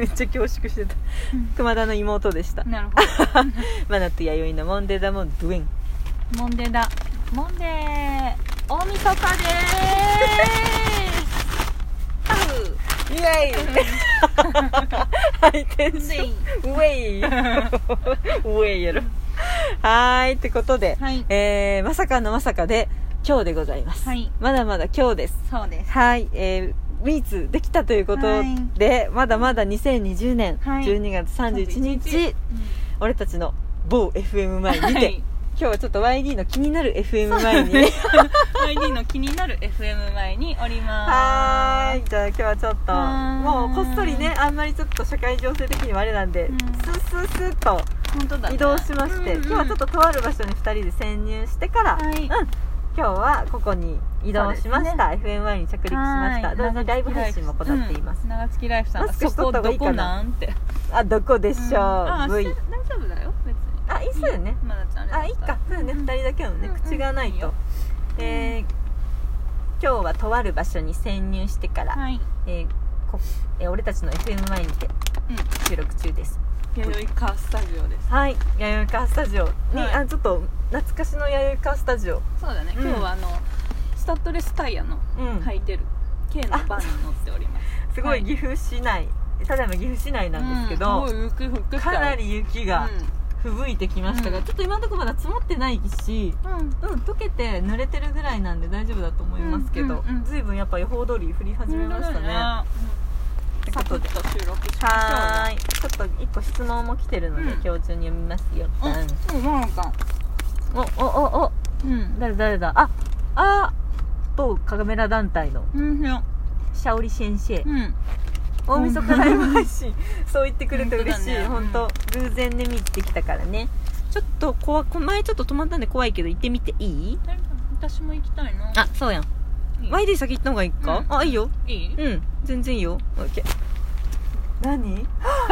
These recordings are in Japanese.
めっちゃ恐縮してた、熊田の妹でした。 なるほどマナと弥生のモンデダモンドゥエンモンデだモンデ大晦日でーすイエイハイテンションウェイウェイやろ。はーいってことで、 はい、 まさかのまさかで今日でございます、 はい、 まだまだ今日です。 そうです。 はい、ミーツできたということで、はい、まだまだ2020年12月31日、俺たちの某 FM 前にて、はい、今日はちょっと YD の気になる FM 前に YD の気になる FM 前におります。 はーい、じゃあ今日はちょっともうこっそりね、あんまりちょっと社会情勢的にはあれなんで、スースーっと移動しまして、今日はちょっととある場所に2人で潜入してから、はい、今日はここに移動しました、ね、FMY に着陸しました。同時にライブ配信も行っています。 長月ライフさん、そこどこなんて、 どこでしょう、 大丈夫だよ別に。 いいっすよね。 まだちゃんあれいいか、そうね、2人だけのね、口がないと。今日はとある場所に潜入してから、はい、俺たちの FMY にて収録中です。 弥生川スタジオです。 はい、弥生川スタジオに、はい、ちょっと懐かしの弥生川スタジオ。 そうだね、今日はスタッドレスタイヤの履いてる K のバンに乗っております。 すごい岐阜市内、ただいま岐阜市内なんですけど、かなり雪が吹雪いてきましたが、ちょっと今のところまだ積もってないし、溶けて濡れてるぐらいなんで大丈夫だと思いますけど、随分やっぱ予報通り降り始めましたね。ってことで、はーい、ちょっと1個質問も来てるので、今日中に読みますよ。誰だ、某カメラ団体のシャオリ先生、大晦日ライブ配信そう言ってくれて嬉しい。本当偶然ね見てきたからね。ちょっと前ちょっと止まったんで怖いけど行ってみていい？ 私も行きたいな。 そうやん。YD 先行った方がいいか？いいよ。 いい？ 全然いいよ。オッケー。何？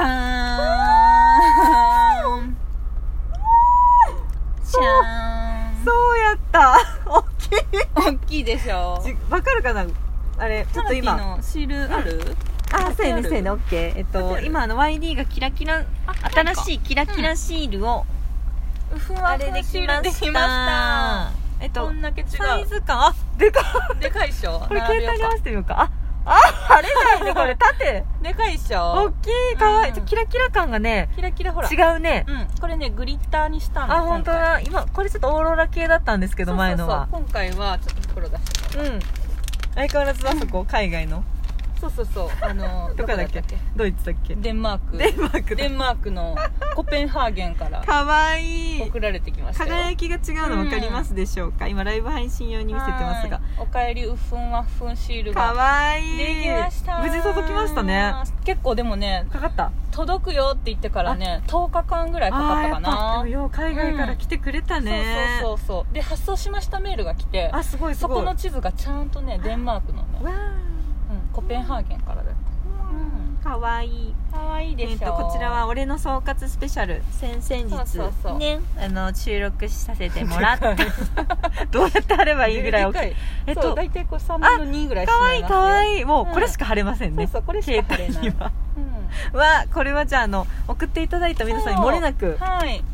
そうやった。 大きいでしょ。 わかるかな？あれちょっと今のシールある？ そうやね、そうやね、オッケー。今YD がキラキラ、新しいキラキラシールをあれできました。 こんだけ違うサイズ感、でかいっしょ。 これ携帯に合わせてみようか。あれだよね、これ縦でかいっしょ。 大きい、かわいい。キラキラ感がね、 キラキラほら違うね。 これねグリッターにしたの。 本当だ。今これちょっとオーロラ系だったんですけど、前のは。 今回はちょっと黒出してる。 相変わらずあそこ海外の。 そうどこだっけ？ ドイツだっけ？ デンマークのコペンハーゲンからかわいい送られてきましたよ。 輝きが違うの分かりますでしょうか？今ライブ配信用に見せてますが、 おかえりウッフンワッフンシールがかわいいできました。 無事届きましたね。 結構でもねかかった。 届くよって言ってからね10日間ぐらいかかったかな。 でも海外から来てくれたね。 そうで発送しましたメールが来て、 すごいそこの地図がちゃんとねデンマークのねコペンハーゲンからだよ。 かわいい。 かわいいでしょ。 こちらは俺の総括スペシャル先日ね収録させてもらったどうやって貼ればいいぐらい大きい。 大体こう3分の2ぐらいかわいいかわいい。もうこれしか貼れませんね。 これしか貼れない。 これはじゃあ送っていただいた皆さんに漏れなく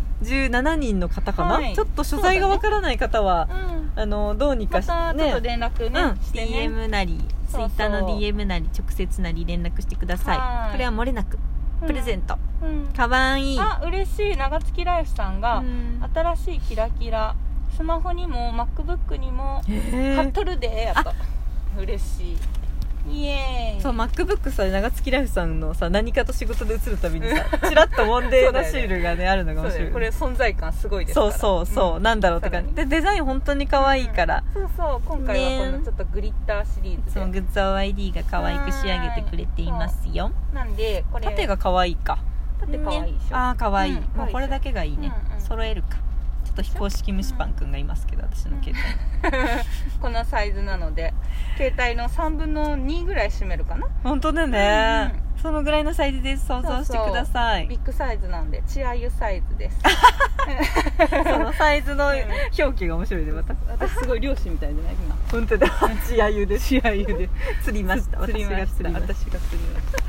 17人の方かな、ちょっと所在がわからない方はどうにかまたちょっと連絡ねしてね、 DM なりツイッターの DM なり直接なり連絡してください。これは漏れなくプレゼント。かわいい。 嬉しい。長月ライフさんが新しいキラキラスマホにも MacBook にも貼っとるでやった。嬉しい。イエーイ。 そう MacBook さ長月ライフさんのさ何かと仕事で映るたびにさチラッとモンデーのシールがねあるのが面白い。 これ存在感すごいですから。 そうなんだろうって感じで、デザイン本当に可愛いから、 今回はこのちょっとグリッターシリーズで、 そのグッズを YD が可愛く仕上げてくれていますよ。 なんでこれ縦が可愛いか。 縦可愛いでしょ。 可愛い。もうこれだけがいいね。揃えるか。ちょっと非公式蒸しパンくんがいますけど、私の携帯このサイズなので携帯の3分の2ぐらい占めるかな。 本当だね、そのぐらいのサイズで想像してください。 ビッグサイズなんでチアユサイズですそのサイズの表記が面白いで、 私すごい漁師みたいじゃない今。 本当だチアユでチアユで釣りました。 私が釣りました。 そ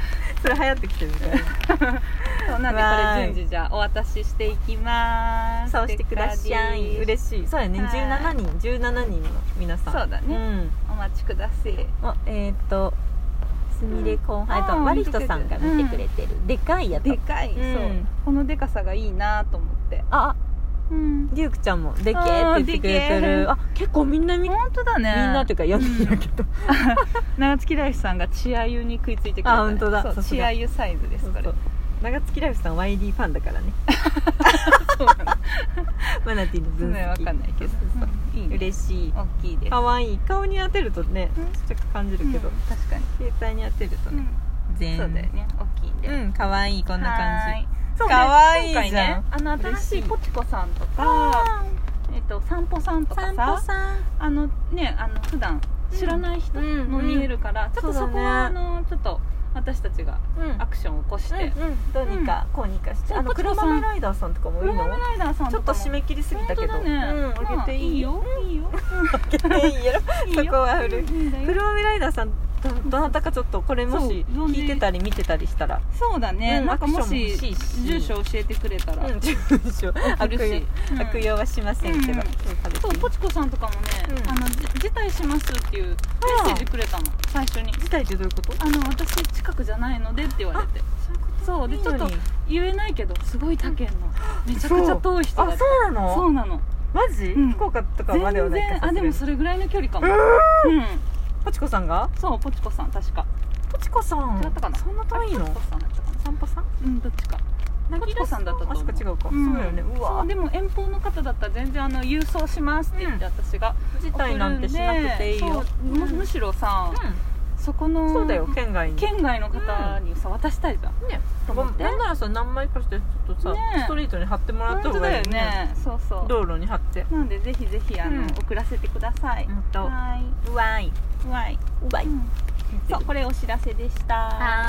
れ流行ってきてるみたいなそうなんでこれ順次じゃあお渡ししていきます。 そうしてください。嬉しい。そうやね、17人の皆さん。 そうだね、お待ちください。 すみれコンハイとワリヒトさんが見てくれてる、でかいやつ。 でかい、そうこのでかさがいいなと思って。 デュークちゃんもでけーって言ってくれてる。結構みんな本当だね。 みんなっていうか読んでるけど、 長月ライフさんがチアユに食いついてくれた。 本当だ。 チアユサイズです。これ長月ライフさん YD ファンだからね。 そうなの。 マナティの分析わかんないけど、いいね、嬉しい。大きいです。 可愛い。顔に当てるとねちょっと感じるけど、 確かに携帯に当てるとね、 そうだよね、大きいんで。 可愛い。こんな感じ。 可愛いじゃん。新しいポチコさんとか散歩さんとかさ、普段知らない人も見えるから、ちょっとそこはちょっと私たちがアクションを起こしてどうにかこうにかして、黒豆ライダーさんとかもいいの？ 黒豆ライダーさんちょっと締め切りすぎたけど、あげていいよ。あげていいやろ。そこは古い。黒豆ライダーさんどなたかちょっとこれもし聞いてたり見てたりしたら、 そうだね、なんかもし住所教えてくれたら、住所悪用はしませんけど、 そうポチコさんとかもね、辞退しますっていうメッセージくれたの、最初に。 辞退ってどういうこと？ 私近くじゃないのでって言われて、そうでちょっと言えないけどすごい他県のめちゃくちゃ遠い人だった。 そうなの？ そうなの。 マジ？福岡とかまではないか。 でもそれぐらいの距離かも。 ポチコさんが？ そう、ポチコさん、確か。 ポチコさんだったかな。 そんな遠いの？ ポチコさんだったかな。 散歩さん？ どっちか。ポチコさんだったと思う。 違うか。そうだよね。うわ。 でも遠方の方だったら全然郵送しますって言って私が辞退なんてしなくていいよ。 むしろさ、そこのそうだよ、県外の方にさ渡したいじゃん。ね。 なんならさ何枚かしてちょっとさストリートに貼ってもらった方がいいよね。 そうそう。 道路に貼って。 なんでぜひぜひ送らせてください。 はい。うわい。 そう、これお知らせでした。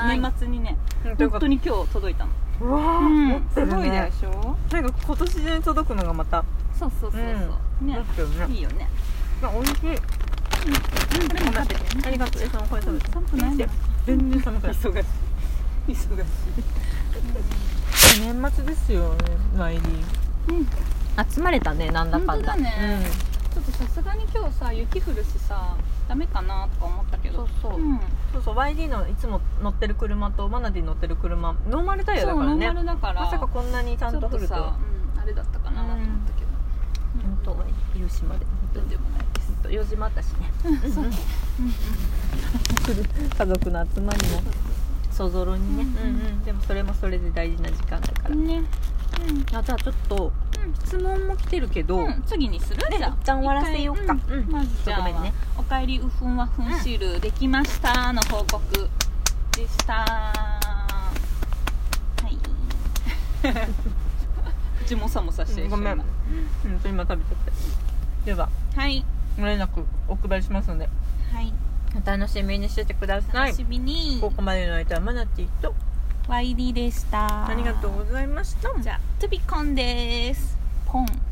年末にね、本当に今日届いたの。 うわー、 すごいでしょ。 なんか今年中に届くのがまた。 そうね。いいよね。 美味しい。 これも食べてね。 ありがとう。これ食べて。 寒くない？ 全然寒くない。忙しい。年末ですよね、マイリー。集まれたね、なんだかんだ。 ちょっとさすがに今日さ雪降るしさダメかなとか思ったけど、 そう YD のいつも乗ってる車とマナディ乗ってる車ノーマルタイヤだからね。 ノーマルだからまさかこんなにちゃんと降るとあれだったかなと思ったけど、 本当広島でとんでもないです。 4時もあったしね。家族の集まりもそぞろにね。でもそれもそれで大事な時間だからね。じゃあちょっと質問も来てるけど、 次にする？じゃあ一旦終わらせようか。 まずじゃあおかえりうふんわふんシールできましたの報告でした。はい。口もさもさしてごめん。今食べちゃって。では、ご連絡お配りしますので、お楽しみにしててください。 楽しみに。 ここまでの間はマナティと YDでした。 ありがとうございました。 じゃあトゥビコンです。ポン。